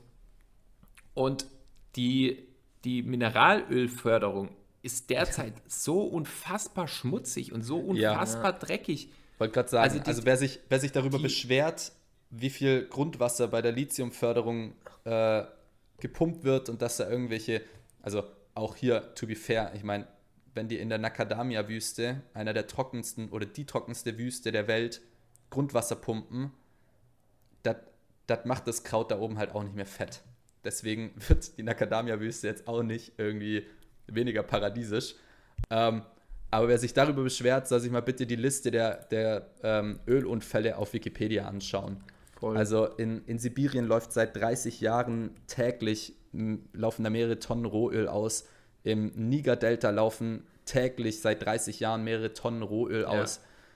die Mineralölförderung ist derzeit so unfassbar schmutzig und so unfassbar dreckig. Ich wollte gerade sagen, also wer sich darüber beschwert, wie viel Grundwasser bei der Lithiumförderung gepumpt wird und dass da irgendwelche, also auch hier, to be fair, ich meine, wenn die in der Macadamia-Wüste, einer der trockensten oder die trockenste Wüste der Welt, Grundwasser pumpen, das macht das Kraut da oben halt auch nicht mehr fett. Deswegen wird die Macadamia-Wüste jetzt auch nicht irgendwie weniger paradiesisch. Aber wer sich darüber beschwert, soll sich mal bitte die Liste der Ölunfälle auf Wikipedia anschauen. Voll. Also in Sibirien läuft seit 30 Jahren täglich, laufen da mehrere Tonnen Rohöl aus. Im Niger-Delta laufen täglich seit 30 Jahren mehrere Tonnen Rohöl aus.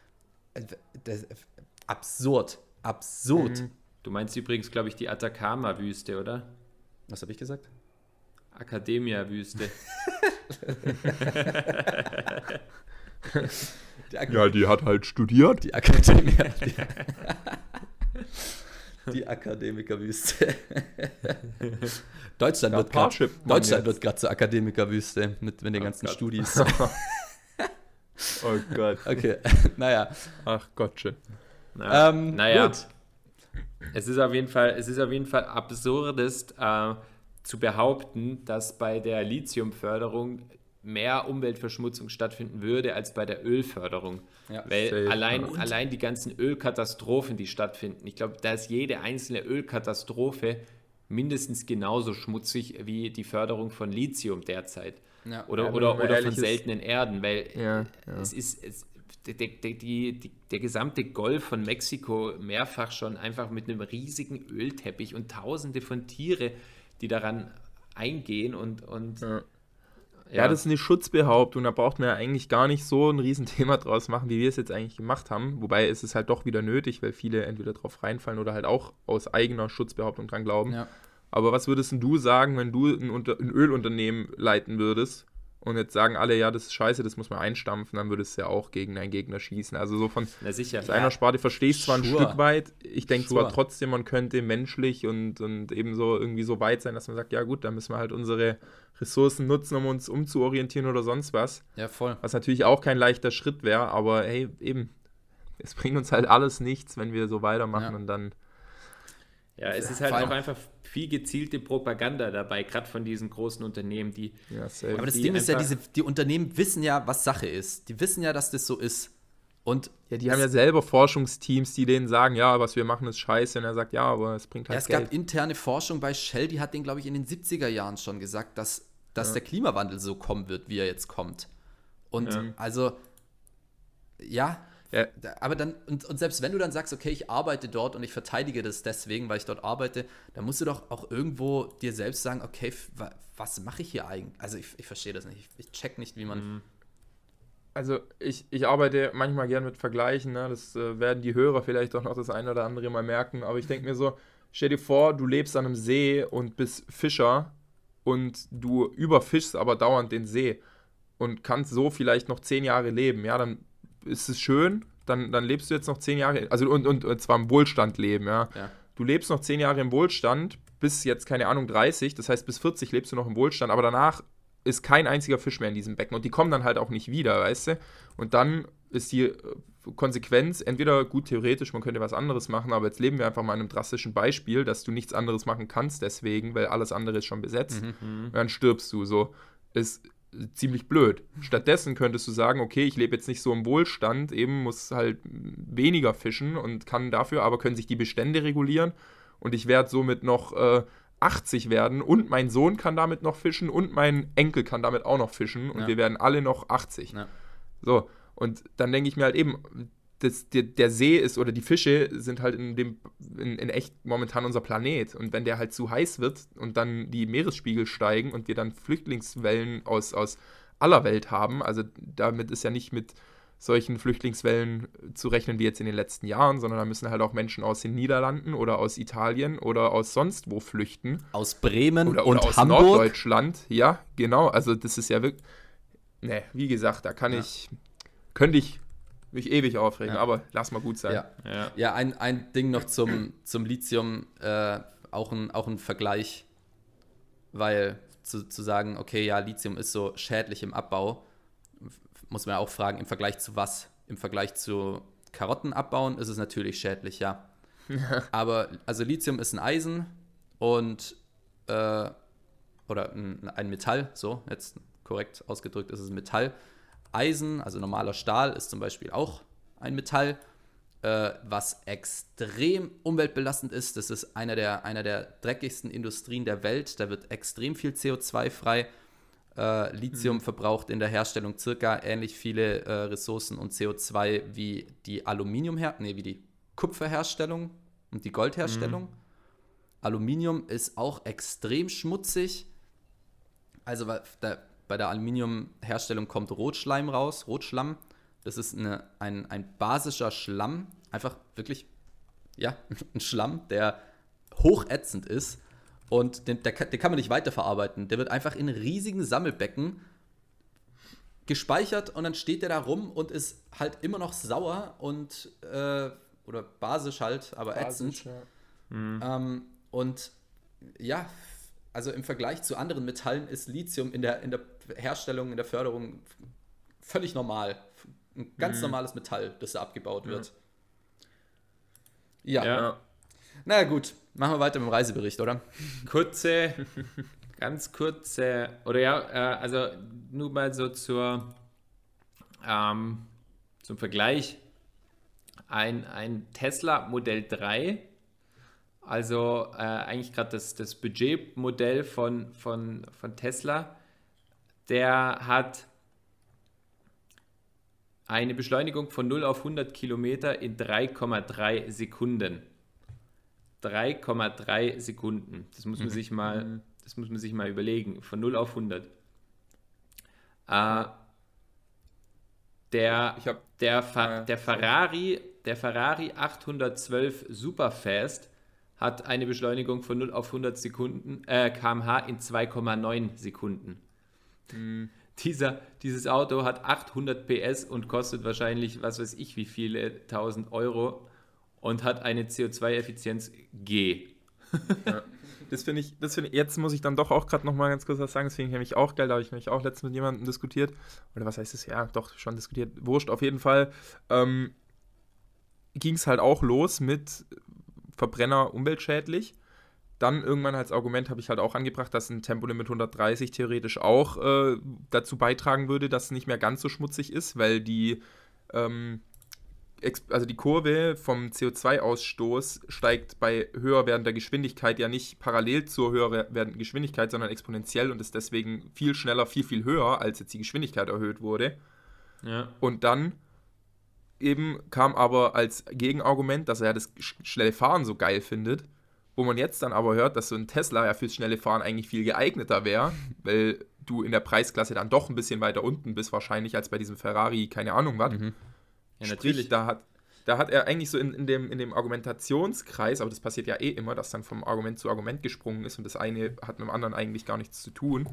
Absurd. Du meinst übrigens, glaube ich, die Atacama-Wüste, oder? Was habe ich gesagt? Academia-Wüste. Ja, die hat halt studiert. Die Akademia. Die Akademikerwüste. Deutschland wird gerade zur Akademikerwüste mit den ganzen Studis. Oh Gott. Okay, naja. Ach Gottchen. Naja. Gut. Es ist auf jeden Fall absurdest zu behaupten, dass bei der Lithiumförderung mehr Umweltverschmutzung stattfinden würde als bei der Ölförderung. Ja, Weil allein die ganzen Ölkatastrophen, die stattfinden, ich glaube, da ist jede einzelne Ölkatastrophe mindestens genauso schmutzig wie die Förderung von Lithium derzeit. Ja. Oder von seltenen Erden, weil es ist der gesamte Golf von Mexiko mehrfach schon einfach mit einem riesigen Ölteppich und tausende von Tiere, die daran eingehen und Ja, das ist eine Schutzbehauptung, da braucht man ja eigentlich gar nicht so ein Riesenthema draus machen, wie wir es jetzt eigentlich gemacht haben. Wobei es ist halt doch wieder nötig, weil viele entweder drauf reinfallen oder halt auch aus eigener Schutzbehauptung dran glauben. Ja. Aber was würdest denn du sagen, wenn du ein Ölunternehmen leiten würdest und jetzt sagen alle, ja, das ist scheiße, das muss man einstampfen, dann würdest du ja auch gegen deinen Gegner schießen. Also so von einer Sparte verstehe ich zwar ein Stück weit, ich denke zwar trotzdem, man könnte menschlich und eben so irgendwie so weit sein, dass man sagt, ja gut, dann müssen wir halt unsere Ressourcen nutzen, um uns umzuorientieren oder sonst was. Ja, voll. Was natürlich auch kein leichter Schritt wäre, aber hey, eben, es bringt uns halt alles nichts, wenn wir so weitermachen und dann... Ja, es ist halt auch einfach viel gezielte Propaganda dabei, gerade von diesen großen Unternehmen, die... Ja, aber das Ding ist ja, die Unternehmen wissen ja, was Sache ist. Die wissen ja, dass das so ist. Und ja, die haben ja selber Forschungsteams, die denen sagen, ja, was wir machen ist scheiße. Und er sagt, ja, aber es bringt halt Geld. Es gab interne Forschung bei Shell, die hat den, glaube ich, in den 70er Jahren schon gesagt, dass der Klimawandel so kommen wird, wie er jetzt kommt. Und also, aber dann, und selbst wenn du dann sagst, okay, ich arbeite dort und ich verteidige das deswegen, weil ich dort arbeite, dann musst du doch auch irgendwo dir selbst sagen, okay, was mache ich hier eigentlich? Also ich verstehe das nicht. Ich check nicht, wie man... Also ich arbeite manchmal gern mit Vergleichen, ne? Das werden die Hörer vielleicht auch noch das eine oder andere mal merken, aber ich denke mir so, stell dir vor, du lebst an einem See und bist Fischer und du überfischst aber dauernd den See und kannst so vielleicht noch 10 Jahre leben, ja, dann ist es schön, dann lebst du jetzt noch 10 Jahre, also und zwar im Wohlstand leben, ja. Du lebst noch 10 Jahre im Wohlstand, bis jetzt, keine Ahnung, 30, das heißt bis 40 lebst du noch im Wohlstand, aber danach ist kein einziger Fisch mehr in diesem Becken und die kommen dann halt auch nicht wieder, weißt du? Und dann ist die Konsequenz, entweder gut theoretisch, man könnte was anderes machen, aber jetzt leben wir einfach mal in einem drastischen Beispiel, dass du nichts anderes machen kannst deswegen, weil alles andere ist schon besetzt und dann stirbst du, so. Ist ziemlich blöd. Stattdessen könntest du sagen, okay, ich lebe jetzt nicht so im Wohlstand, eben muss halt weniger fischen und kann dafür, aber können sich die Bestände regulieren und ich werde somit noch 80 werden und mein Sohn kann damit noch fischen und mein Enkel kann damit auch noch fischen und wir werden alle noch 80. Ja. So, und dann denke ich mir halt eben, der See ist oder die Fische sind halt in echt momentan unser Planet und wenn der halt zu heiß wird und dann die Meeresspiegel steigen und wir dann Flüchtlingswellen aus aller Welt haben, also damit ist ja nicht mit solchen Flüchtlingswellen zu rechnen wie jetzt in den letzten Jahren, sondern da müssen halt auch Menschen aus den Niederlanden oder aus Italien oder aus sonst wo flüchten. Aus Bremen oder und aus Hamburg. Norddeutschland. Ja, genau. Also das ist ja wirklich... Ne, wie gesagt, da könnte ich mich ewig aufregen, aber lass mal gut sein. Ja, ein Ding noch zum Lithium, auch ein Vergleich, weil zu sagen, okay, ja, Lithium ist so schädlich im Abbau, muss man ja auch fragen, im Vergleich zu was? Im Vergleich zu Karotten abbauen ist es natürlich schädlich, ja. Aber, also Lithium ist ein Eisen und, oder ein Metall, so, jetzt korrekt ausgedrückt ist es ein Metall. Eisen, also normaler Stahl, ist zum Beispiel auch ein Metall, was extrem umweltbelastend ist. Das ist einer der dreckigsten Industrien der Welt. Da wird extrem viel CO2 frei. Lithium verbraucht in der Herstellung circa ähnlich viele Ressourcen und CO2 wie die wie die Kupferherstellung und die Goldherstellung. Aluminium ist auch extrem schmutzig. Also bei der Aluminiumherstellung kommt Rotschleim raus, Rotschlamm. Das ist ein basischer Schlamm, einfach wirklich, ja, ein Schlamm, der hochätzend ist. Und den kann man nicht weiterverarbeiten. Der wird einfach in riesigen Sammelbecken gespeichert und dann steht der da rum und ist halt immer noch sauer und oder basisch halt, aber ätzend. Ja. Und ja, also im Vergleich zu anderen Metallen ist Lithium in der Herstellung, in der Förderung völlig normal. Ein ganz normales Metall, das da abgebaut wird. Ja. Na gut, machen wir weiter mit dem Reisebericht, oder? Ganz kurze, oder also nur mal so zum Vergleich. Ein Tesla Modell 3, also eigentlich gerade das Budgetmodell von Tesla, der hat eine Beschleunigung von 0 auf 100 Kilometer in 3,3 Sekunden. 3,3 Sekunden. Das muss man sich mal überlegen. Von 0 auf 100. Der Ferrari 812 Superfast hat eine Beschleunigung von 0 auf 100 km/h in 2,9 Sekunden. Dieses Auto hat 800 PS und kostet wahrscheinlich, was weiß ich, wie viele 1000 Euro und hat eine CO2-Effizienz G. Ja. Das finde ich, jetzt muss ich dann doch auch gerade noch mal ganz kurz was sagen, das finde ich nämlich auch geil, da habe ich nämlich auch letztens mit jemandem diskutiert, oder was heißt es, ja, doch, schon diskutiert, wurscht, auf jeden Fall ging es halt auch los mit Verbrenner umweltschädlich. Dann irgendwann als Argument habe ich halt auch angebracht, dass ein Tempolimit 130 theoretisch auch dazu beitragen würde, dass es nicht mehr ganz so schmutzig ist, weil die Kurve vom CO2-Ausstoß steigt bei höher werdender Geschwindigkeit ja nicht parallel zur höher werdenden Geschwindigkeit, sondern exponentiell und ist deswegen viel schneller, viel, viel höher, als jetzt die Geschwindigkeit erhöht wurde. Ja. Und dann eben kam aber als Gegenargument, dass er ja das schnelle Fahren so geil findet, wo man jetzt dann aber hört, dass so ein Tesla ja fürs schnelle Fahren eigentlich viel geeigneter wäre, weil du in der Preisklasse dann doch ein bisschen weiter unten bist wahrscheinlich als bei diesem Ferrari, keine Ahnung was. Ja, Sprich, natürlich. da hat er eigentlich so in dem Argumentationskreis, aber das passiert ja eh immer, dass dann vom Argument zu Argument gesprungen ist und das eine hat mit dem anderen eigentlich gar nichts zu tun,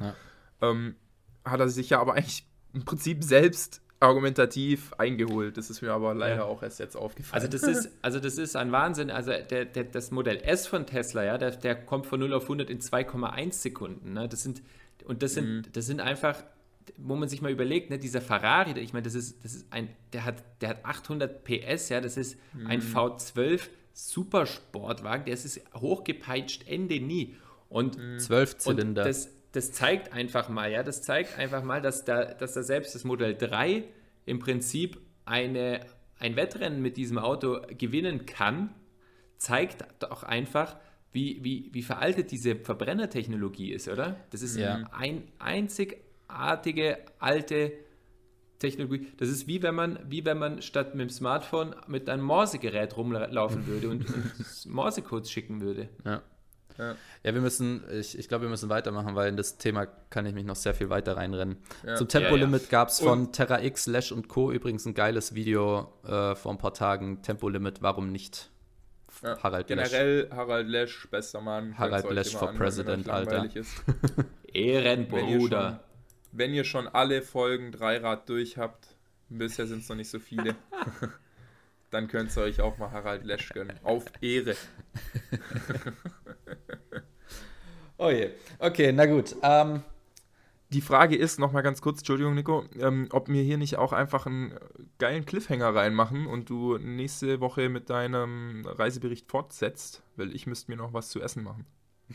hat er sich ja aber eigentlich im Prinzip selbst argumentativ eingeholt. Das ist mir aber leider auch erst jetzt aufgefallen. Also das ist ein Wahnsinn. Also das Modell S von Tesla, ja, der kommt von 0 auf 100 in 2,1 Sekunden. Ne? Das sind einfach, wo man sich mal überlegt, ne, dieser Ferrari, ich meine, der hat 800 PS, ja, das ist ein V12 Supersportwagen, der ist hochgepeitscht, Ende nie. Und 12 Zylinder. Und das zeigt einfach mal, dass da selbst das Modell 3 im Prinzip ein Wettrennen mit diesem Auto gewinnen kann, zeigt doch einfach, wie veraltet diese Verbrennertechnologie ist, oder? Das ist eine einzigartige alte Technologie. Das ist wie wenn man statt mit dem Smartphone mit einem Morsegerät rumlaufen würde und Morsecodes schicken würde. Ja, ich glaube, wir müssen weitermachen, weil in das Thema kann ich mich noch sehr viel weiter reinrennen. Ja. Zum Tempolimit gab es von Terra X, Lash und Co. übrigens ein geiles Video vor ein paar Tagen. Tempolimit, warum nicht? Ja, Harald Lesch, bester Mann. Harald Lesch for President, Alter. Ehrenbruder. Wenn ihr schon alle Folgen Dreirad durch habt, bisher sind es noch nicht so viele, dann könnt ihr euch auch mal Harald Lesch gönnen. Auf Ehre. Oh je. Okay, na gut. Die Frage ist, noch mal ganz kurz, Entschuldigung, Nico, ob wir hier nicht auch einfach einen geilen Cliffhanger reinmachen und du nächste Woche mit deinem Reisebericht fortsetzt, weil ich müsste mir noch was zu essen machen.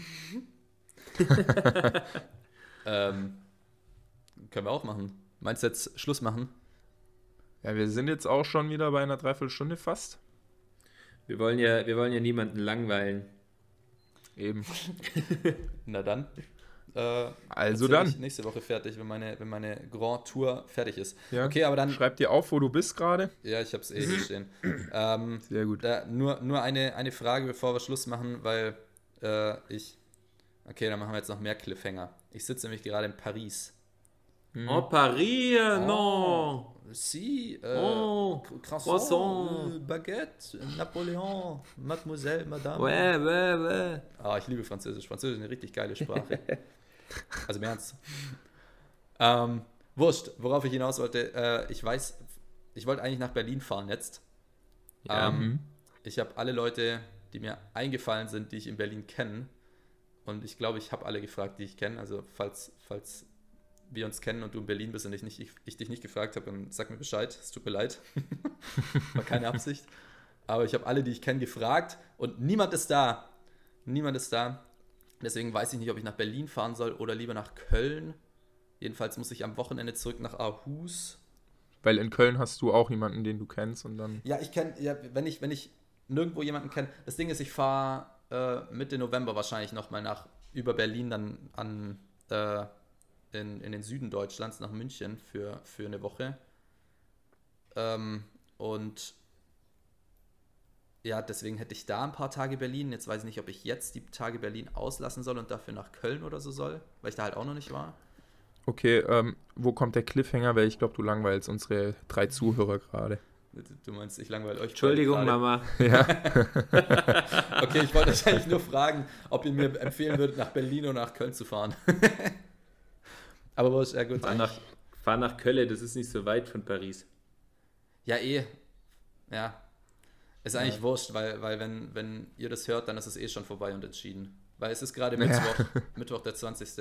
Können wir auch machen. Meinst du jetzt Schluss machen? Ja, wir sind jetzt auch schon wieder bei einer Dreiviertelstunde fast. Wir wollen ja niemanden langweilen. Eben. Na dann. Also dann. Ich nächste Woche fertig, wenn meine Grand Tour fertig ist. Ja. Okay, aber dann. Schreib dir auf, wo du bist gerade. Ja, ich hab's hier stehen. Sehr gut. Nur eine Frage, bevor wir Schluss machen, weil Okay, dann machen wir jetzt noch mehr Cliffhanger. Ich sitze nämlich gerade in Paris. Oh, Paris, non! Si, Croissant, Baguette, Napoleon, Mademoiselle, Madame. Ouais. Ich liebe Französisch. Französisch ist eine richtig geile Sprache. Also im Ernst. Wurscht, worauf ich hinaus wollte. Ich wollte eigentlich nach Berlin fahren jetzt. Ja. Ich habe alle Leute, die mir eingefallen sind, die ich in Berlin kenne. Und ich glaube, ich habe alle gefragt, die ich kenne. Also falls wir uns kennen und du in Berlin bist und ich dich nicht gefragt habe, dann sag mir Bescheid. Es tut mir leid. War keine Absicht. Aber ich habe alle, die ich kenne, gefragt und niemand ist da. Niemand ist da. Deswegen weiß ich nicht, ob ich nach Berlin fahren soll oder lieber nach Köln. Jedenfalls muss ich am Wochenende zurück nach Aarhus. Weil in Köln hast du auch jemanden, den du kennst und dann... Ja, wenn ich nirgendwo jemanden kenne. Das Ding ist, ich fahre Mitte November wahrscheinlich nochmal über Berlin dann in den Süden Deutschlands, nach München für eine Woche. Und ja, deswegen hätte ich da ein paar Tage Berlin. Jetzt weiß ich nicht, ob ich jetzt die Tage Berlin auslassen soll und dafür nach Köln oder so soll, weil ich da halt auch noch nicht war. Okay, wo kommt der Cliffhanger? Weil ich glaube, du langweilst unsere 3 Zuhörer gerade. Du meinst, ich langweile euch. Entschuldigung, Mama. Ja. Okay, ich wollte euch eigentlich nur fragen, ob ihr mir empfehlen würdet, nach Berlin oder nach Köln zu fahren. Aber wo ist ja gut. Fahr nach Köln, das ist nicht so weit von Paris. Ja, Ja. Ist eigentlich wurscht, weil wenn ihr das hört, dann ist es schon vorbei und entschieden. Weil es ist gerade Mittwoch der 20.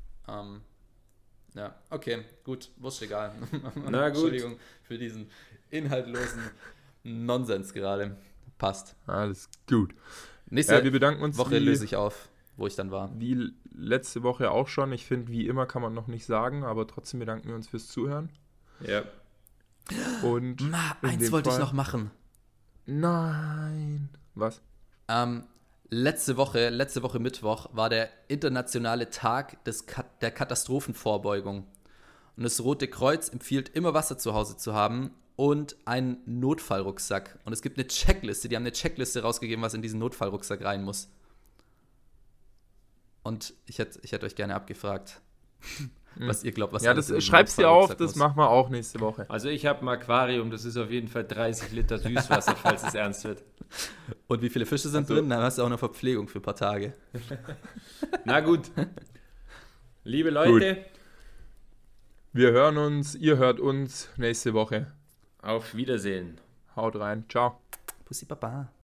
Ja, okay, gut, wurscht, egal. Na gut. Entschuldigung für diesen inhaltlosen Nonsens gerade. Passt. Alles gut. Nächste wir bedanken uns Woche löse ich auf, wo ich dann war. Wie letzte Woche auch schon. Ich finde, wie immer kann man noch nicht sagen, aber trotzdem bedanken wir uns fürs Zuhören. Ja. Und eins wollte ich noch machen. Nein. Was? Letzte Woche Mittwoch war der internationale Tag der Katastrophenvorbeugung. Und das Rote Kreuz empfiehlt, immer Wasser zu Hause zu haben und einen Notfallrucksack. Und es gibt eine Checkliste, die haben eine Checkliste rausgegeben, was in diesen Notfallrucksack rein muss. Und ich hätte euch gerne abgefragt, was ihr glaubt, was das schreibst du auf, das machen wir auch nächste Woche. Also ich habe ein Aquarium, das ist auf jeden Fall 30 Liter Süßwasser, falls es ernst wird. Und wie viele Fische sind drin? Dann hast du auch eine Verpflegung für ein paar Tage. Na gut. Liebe Leute. Gut. Wir hören uns, ihr hört uns nächste Woche. Auf Wiedersehen. Haut rein. Ciao. Pussy Baba.